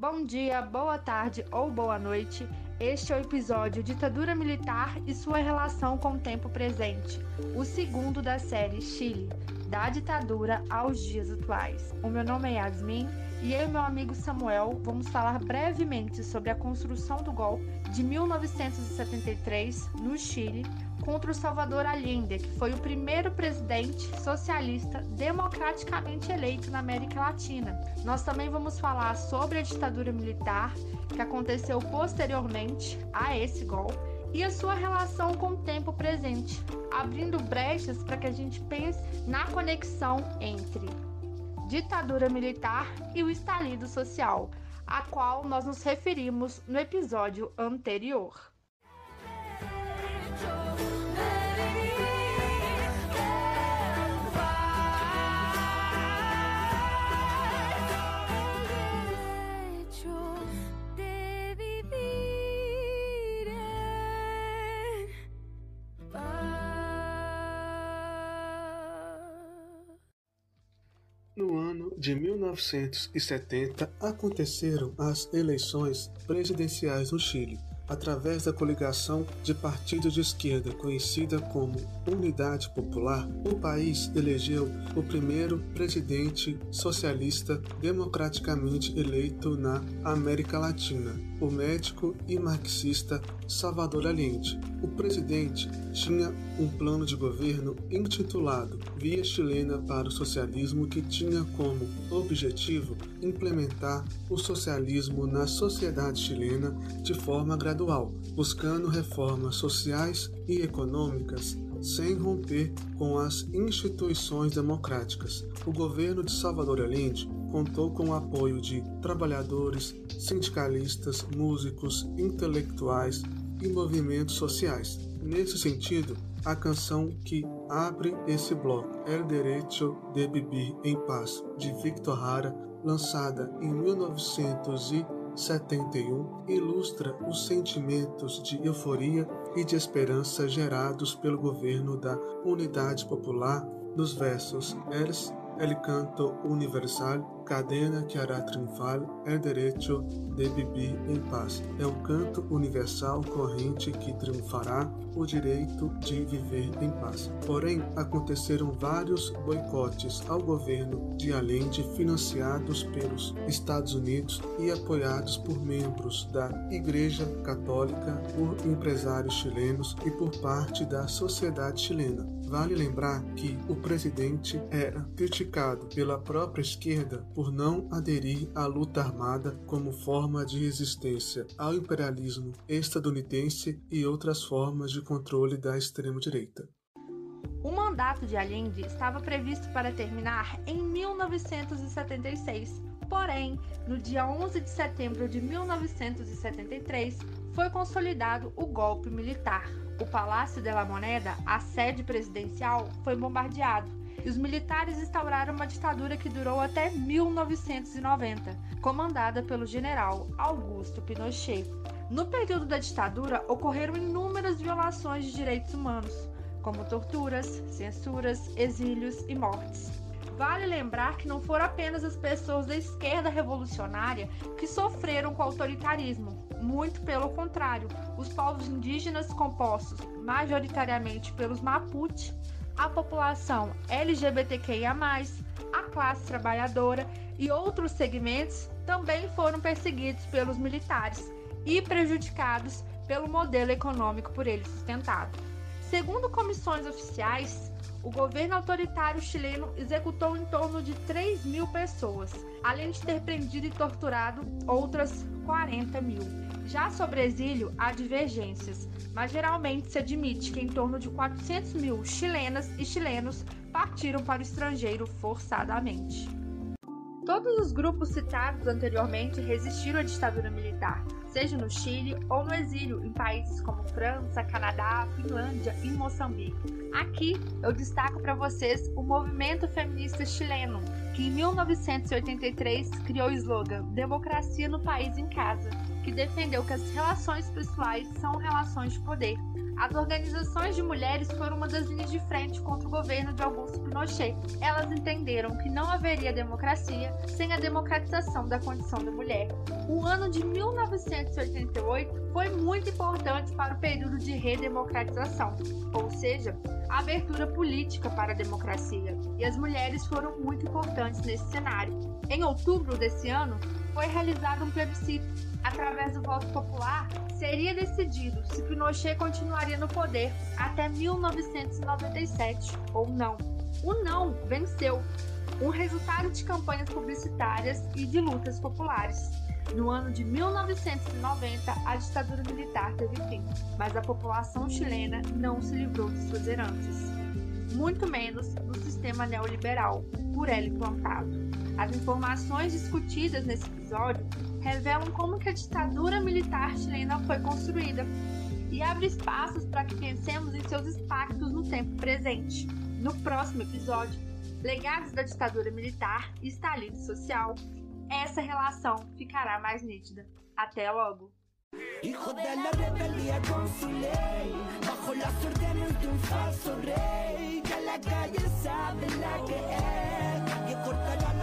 Bom dia, boa tarde ou boa noite. Este é o episódio Ditadura Militar e sua relação com o tempo presente, o segundo da série Chile, da ditadura aos dias atuais. O meu nome é Yasmin e eu e meu amigo Samuel vamos falar brevemente sobre a construção do golpe de 1973 no Chile contra o Salvador Allende, que foi o primeiro presidente socialista democraticamente eleito na América Latina. Nós também vamos falar sobre a ditadura militar que aconteceu posteriormente a esse golpe e a sua relação com o tempo presente, abrindo brechas para que a gente pense na conexão entre ditadura militar e o estalido social, a qual nós nos referimos no episódio anterior. No ano de 1970, aconteceram as eleições presidenciais no Chile, através da coligação de partidos de esquerda conhecida como Unidade Popular. O país elegeu o primeiro presidente socialista democraticamente eleito na América Latina, o médico e marxista Salvador Allende. O presidente tinha um plano de governo intitulado Via Chilena para o Socialismo, que tinha como objetivo implementar o socialismo na sociedade chilena de forma gradual, buscando reformas sociais e econômicas sem romper com as instituições democráticas. O governo de Salvador Allende contou com o apoio de trabalhadores, sindicalistas, músicos, intelectuais e movimentos sociais. Nesse sentido, a canção que abre esse bloco, El Derecho de Vivir em Paz, de Victor Jara, lançada em 1971, ilustra os sentimentos de euforia e de esperança gerados pelo governo da Unidade Popular nos versos El canto universal, cadena que hará triunfar el derecho de vivir em paz. É um canto universal corrente que triunfará o direito de viver em paz. Porém, aconteceram vários boicotes ao governo de Allende, financiados pelos Estados Unidos e apoiados por membros da Igreja Católica, por empresários chilenos e por parte da sociedade chilena. Vale lembrar que o presidente era criticado pela própria esquerda por não aderir à luta armada como forma de resistência ao imperialismo estadunidense e outras formas de controle da extrema-direita. O mandato de Allende estava previsto para terminar em 1976, porém, no dia 11 de setembro de 1973, foi consolidado o golpe militar. O Palácio de la Moneda, a sede presidencial, foi bombardeado e os militares instauraram uma ditadura que durou até 1990, comandada pelo general Augusto Pinochet. No período da ditadura, ocorreram inúmeras violações de direitos humanos, como torturas, censuras, exílios e mortes. Vale lembrar que não foram apenas as pessoas da esquerda revolucionária que sofreram com o autoritarismo. Muito pelo contrário, os povos indígenas compostos majoritariamente pelos Mapuche, a população LGBTQIA+, a classe trabalhadora e outros segmentos também foram perseguidos pelos militares e prejudicados pelo modelo econômico por eles sustentado. Segundo comissões oficiais, o governo autoritário chileno executou em torno de 3.000 pessoas, além de ter prendido e torturado outras 40.000. Já sobre exílio, há divergências, mas geralmente se admite que em torno de 400.000 chilenas e chilenos partiram para o estrangeiro forçadamente. Todos os grupos citados anteriormente resistiram à ditadura militar, seja no Chile ou no exílio em países como França, Canadá, Finlândia e Moçambique. Aqui eu destaco para vocês o movimento feminista chileno, que em 1983 criou o slogan Democracia no País em Casa, que defendeu que as relações pessoais são relações de poder. As organizações de mulheres foram uma das linhas de frente contra o governo de Augusto Pinochet. Elas entenderam que não haveria democracia sem a democratização da condição da mulher. O ano de 1988 foi muito importante para o período de redemocratização, ou seja, a abertura política para a democracia, e as mulheres foram muito importantes nesse cenário. Em outubro desse ano, foi realizado um plebiscito. Através do voto popular, seria decidido se Pinochet continuaria no poder até 1997 ou não. O não venceu, um resultado de campanhas publicitárias e de lutas populares. No ano de 1990, a ditadura militar teve fim, mas a população chilena não se livrou de suas heranças, muito menos do sistema neoliberal por ela implantado. As informações discutidas nesse episódio revelam como que a ditadura militar chilena foi construída e abre espaços para que pensemos em seus impactos no tempo presente. No próximo episódio, Legados da Ditadura Militar e Estalido Social, essa relação ficará mais nítida. Até logo! Hijo de la rebeldía con su ley, bajo las órdenes de un falso rey, que la calle sabe la que es, y corta la